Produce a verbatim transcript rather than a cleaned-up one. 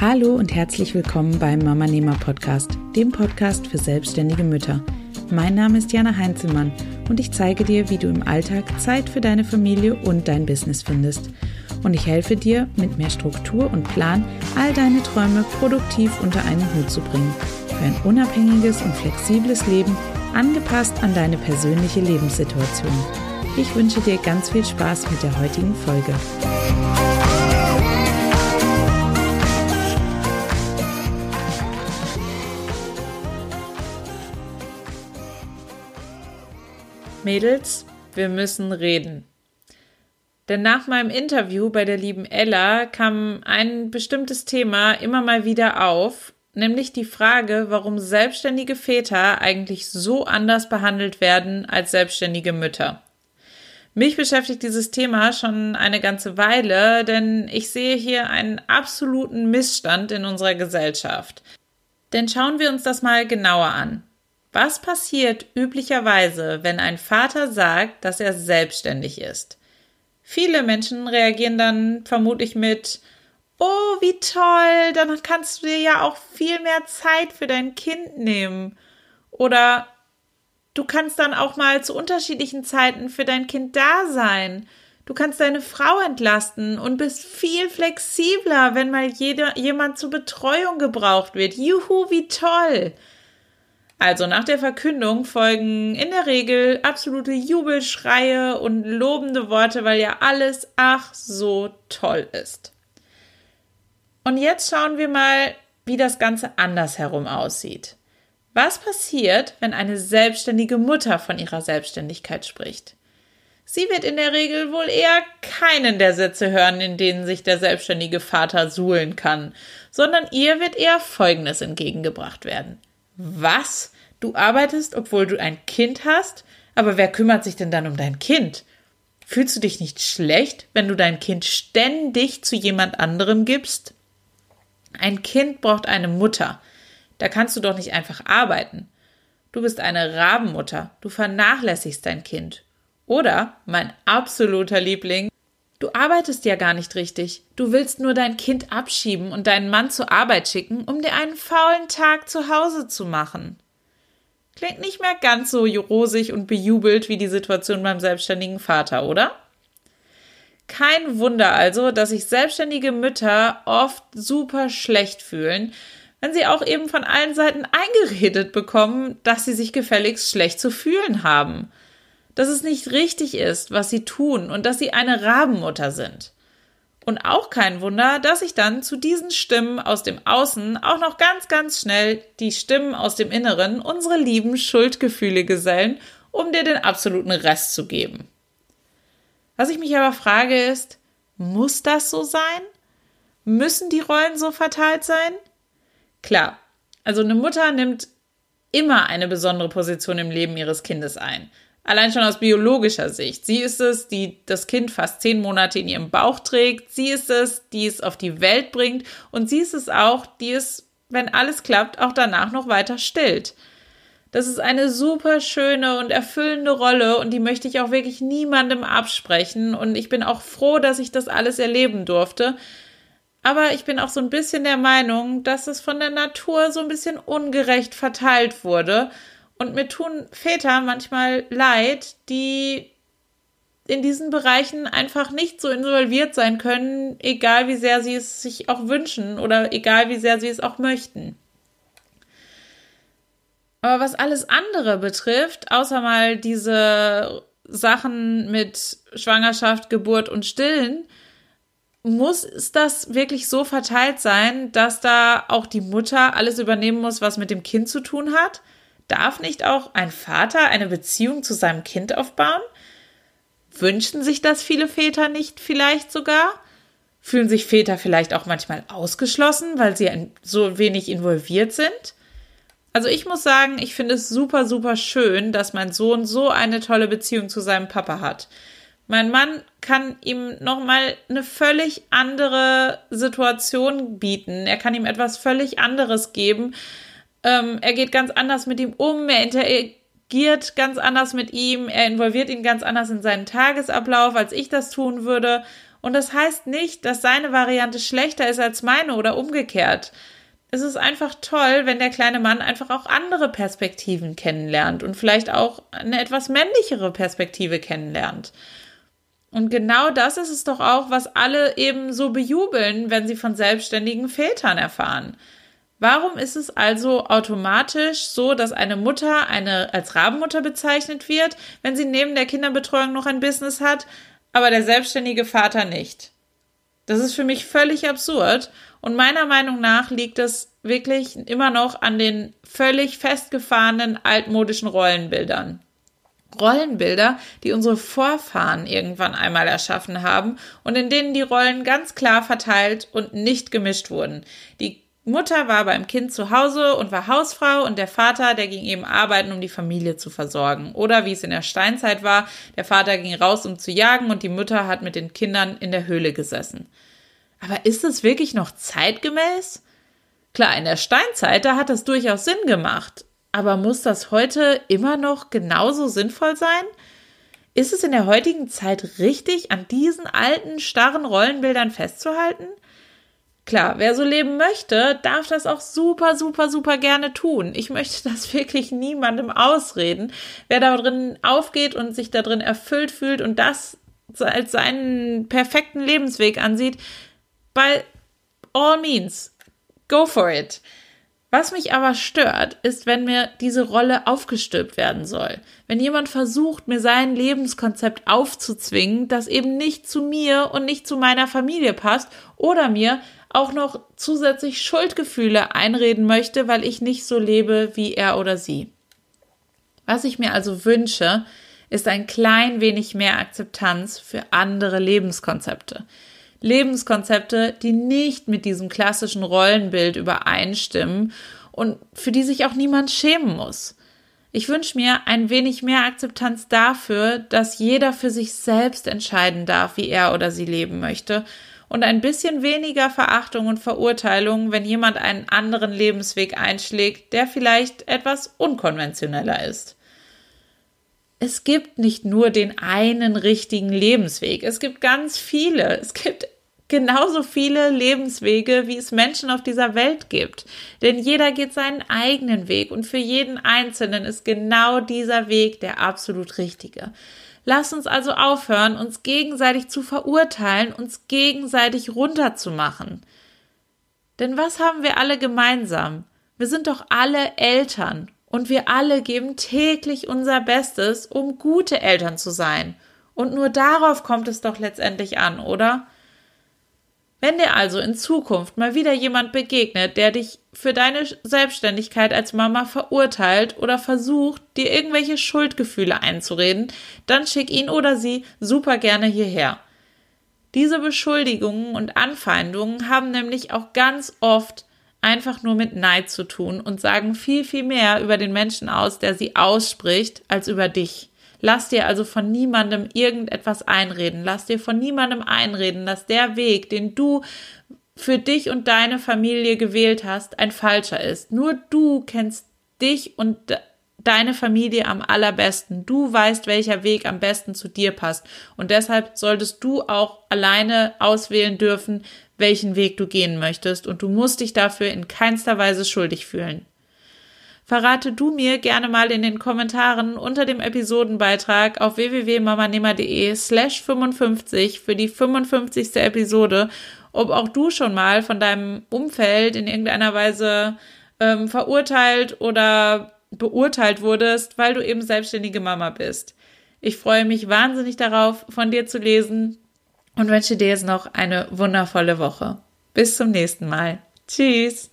Hallo und herzlich willkommen beim Mamanehmer Podcast, dem Podcast für selbstständige Mütter. Mein Name ist Jana Heinzelmann und ich zeige dir, wie du im Alltag Zeit für deine Familie und dein Business findest. Und ich helfe dir, mit mehr Struktur und Plan all deine Träume produktiv unter einen Hut zu bringen. Für ein unabhängiges und flexibles Leben, angepasst an deine persönliche Lebenssituation. Ich wünsche dir ganz viel Spaß mit der heutigen Folge. Mädels, wir müssen reden. Denn nach meinem Interview bei der lieben Ella kam ein bestimmtes Thema immer mal wieder auf, nämlich die Frage, warum selbstständige Väter eigentlich so anders behandelt werden als selbstständige Mütter. Mich beschäftigt dieses Thema schon eine ganze Weile, denn ich sehe hier einen absoluten Missstand in unserer Gesellschaft. Denn schauen wir uns das mal genauer an. Was passiert üblicherweise, wenn ein Vater sagt, dass er selbstständig ist? Viele Menschen reagieren dann vermutlich mit: Oh, wie toll, dann kannst du dir ja auch viel mehr Zeit für dein Kind nehmen. Oder du kannst dann auch mal zu unterschiedlichen Zeiten für dein Kind da sein. Du kannst deine Frau entlasten und bist viel flexibler, wenn mal jeder, jemand zur Betreuung gebraucht wird. Juhu, wie toll! Also nach der Verkündung folgen in der Regel absolute Jubelschreie und lobende Worte, weil ja alles ach so toll ist. Und jetzt schauen wir mal, wie das Ganze andersherum aussieht. Was passiert, wenn eine selbstständige Mutter von ihrer Selbstständigkeit spricht? Sie wird in der Regel wohl eher keinen der Sätze hören, in denen sich der selbstständige Vater suhlen kann, sondern ihr wird eher Folgendes entgegengebracht werden. Was? Du arbeitest, obwohl du ein Kind hast? Aber wer kümmert sich denn dann um dein Kind? Fühlst du dich nicht schlecht, wenn du dein Kind ständig zu jemand anderem gibst? Ein Kind braucht eine Mutter. Da kannst du doch nicht einfach arbeiten. Du bist eine Rabenmutter. Du vernachlässigst dein Kind. Oder, mein absoluter Liebling, du arbeitest ja gar nicht richtig. Du willst nur dein Kind abschieben und deinen Mann zur Arbeit schicken, um dir einen faulen Tag zu Hause zu machen. Klingt nicht mehr ganz so rosig und bejubelt wie die Situation beim selbstständigen Vater, oder? Kein Wunder also, dass sich selbstständige Mütter oft super schlecht fühlen, wenn sie auch eben von allen Seiten eingeredet bekommen, dass sie sich gefälligst schlecht zu fühlen haben. Dass es nicht richtig ist, was sie tun und dass sie eine Rabenmutter sind. Und auch kein Wunder, dass sich dann zu diesen Stimmen aus dem Außen auch noch ganz, ganz schnell die Stimmen aus dem Inneren, unsere lieben Schuldgefühle gesellen, um dir den absoluten Rest zu geben. Was ich mich aber frage ist, muss das so sein? Müssen die Rollen so verteilt sein? Klar, also eine Mutter nimmt immer eine besondere Position im Leben ihres Kindes ein. Allein schon aus biologischer Sicht. Sie ist es, die das Kind fast zehn Monate in ihrem Bauch trägt. Sie ist es, die es auf die Welt bringt. Und sie ist es auch, die es, wenn alles klappt, auch danach noch weiter stillt. Das ist eine super schöne und erfüllende Rolle und die möchte ich auch wirklich niemandem absprechen. Und ich bin auch froh, dass ich das alles erleben durfte. Aber ich bin auch so ein bisschen der Meinung, dass es von der Natur so ein bisschen ungerecht verteilt wurde. Und mir tun Väter manchmal leid, die in diesen Bereichen einfach nicht so involviert sein können, egal wie sehr sie es sich auch wünschen oder egal wie sehr sie es auch möchten. Aber was alles andere betrifft, außer mal diese Sachen mit Schwangerschaft, Geburt und Stillen, muss das wirklich so verteilt sein, dass da auch die Mutter alles übernehmen muss, was mit dem Kind zu tun hat? Darf nicht auch ein Vater eine Beziehung zu seinem Kind aufbauen? Wünschen sich das viele Väter nicht vielleicht sogar? Fühlen sich Väter vielleicht auch manchmal ausgeschlossen, weil sie so wenig involviert sind? Also ich muss sagen, ich finde es super, super schön, dass mein Sohn so eine tolle Beziehung zu seinem Papa hat. Mein Mann kann ihm nochmal eine völlig andere Situation bieten. Er kann ihm etwas völlig anderes geben. Ähm, er geht ganz anders mit ihm um, er interagiert ganz anders mit ihm, er involviert ihn ganz anders in seinen Tagesablauf, als ich das tun würde. Und das heißt nicht, dass seine Variante schlechter ist als meine oder umgekehrt. Es ist einfach toll, wenn der kleine Mann einfach auch andere Perspektiven kennenlernt und vielleicht auch eine etwas männlichere Perspektive kennenlernt. Und genau das ist es doch auch, was alle eben so bejubeln, wenn sie von selbstständigen Vätern erfahren. Warum ist es also automatisch so, dass eine Mutter eine als Rabenmutter bezeichnet wird, wenn sie neben der Kinderbetreuung noch ein Business hat, aber der selbstständige Vater nicht? Das ist für mich völlig absurd und meiner Meinung nach liegt es wirklich immer noch an den völlig festgefahrenen altmodischen Rollenbildern. Rollenbilder, die unsere Vorfahren irgendwann einmal erschaffen haben und in denen die Rollen ganz klar verteilt und nicht gemischt wurden. Die Mutter war beim Kind zu Hause und war Hausfrau und der Vater, der ging eben arbeiten, um die Familie zu versorgen. Oder wie es in der Steinzeit war, der Vater ging raus, um zu jagen und die Mutter hat mit den Kindern in der Höhle gesessen. Aber ist es wirklich noch zeitgemäß? Klar, in der Steinzeit, da hat das durchaus Sinn gemacht. Aber muss das heute immer noch genauso sinnvoll sein? Ist es in der heutigen Zeit richtig, an diesen alten, starren Rollenbildern festzuhalten? Klar, wer so leben möchte, darf das auch super, super, super gerne tun. Ich möchte das wirklich niemandem ausreden. Wer da drin aufgeht und sich da drin erfüllt fühlt und das als seinen perfekten Lebensweg ansieht, by all means, go for it. Was mich aber stört, ist, wenn mir diese Rolle aufgestülpt werden soll. Wenn jemand versucht, mir sein Lebenskonzept aufzuzwingen, das eben nicht zu mir und nicht zu meiner Familie passt oder mir auch noch zusätzlich Schuldgefühle einreden möchte, weil ich nicht so lebe wie er oder sie. Was ich mir also wünsche, ist ein klein wenig mehr Akzeptanz für andere Lebenskonzepte. Lebenskonzepte, die nicht mit diesem klassischen Rollenbild übereinstimmen und für die sich auch niemand schämen muss. Ich wünsche mir ein wenig mehr Akzeptanz dafür, dass jeder für sich selbst entscheiden darf, wie er oder sie leben möchte und ein bisschen weniger Verachtung und Verurteilung, wenn jemand einen anderen Lebensweg einschlägt, der vielleicht etwas unkonventioneller ist. Es gibt nicht nur den einen richtigen Lebensweg, es gibt ganz viele, es gibt genauso viele Lebenswege, wie es Menschen auf dieser Welt gibt. Denn jeder geht seinen eigenen Weg und für jeden Einzelnen ist genau dieser Weg der absolut richtige. Lasst uns also aufhören, uns gegenseitig zu verurteilen, uns gegenseitig runterzumachen. Denn was haben wir alle gemeinsam? Wir sind doch alle Eltern und wir alle geben täglich unser Bestes, um gute Eltern zu sein. Und nur darauf kommt es doch letztendlich an, oder? Wenn dir also in Zukunft mal wieder jemand begegnet, der dich für deine Selbstständigkeit als Mama verurteilt oder versucht, dir irgendwelche Schuldgefühle einzureden, dann schick ihn oder sie super gerne hierher. Diese Beschuldigungen und Anfeindungen haben nämlich auch ganz oft einfach nur mit Neid zu tun und sagen viel, viel mehr über den Menschen aus, der sie ausspricht, als über dich. Lass dir also von niemandem irgendetwas einreden. Lass dir von niemandem einreden, dass der Weg, den du für dich und deine Familie gewählt hast, ein falscher ist. Nur du kennst dich und deine Familie am allerbesten. Du weißt, welcher Weg am besten zu dir passt. Und deshalb solltest du auch alleine auswählen dürfen, welchen Weg du gehen möchtest. Und du musst dich dafür in keinster Weise schuldig fühlen. Verrate du mir gerne mal in den Kommentaren unter dem Episodenbeitrag auf w w w punkt mamanehmer.de slash fünfundfünfzig für die fünfundfünfzigste Episode, ob auch du schon mal von deinem Umfeld in irgendeiner Weise ähm, verurteilt oder beurteilt wurdest, weil du eben selbstständige Mama bist. Ich freue mich wahnsinnig darauf, von dir zu lesen und wünsche dir jetzt noch eine wundervolle Woche. Bis zum nächsten Mal. Tschüss!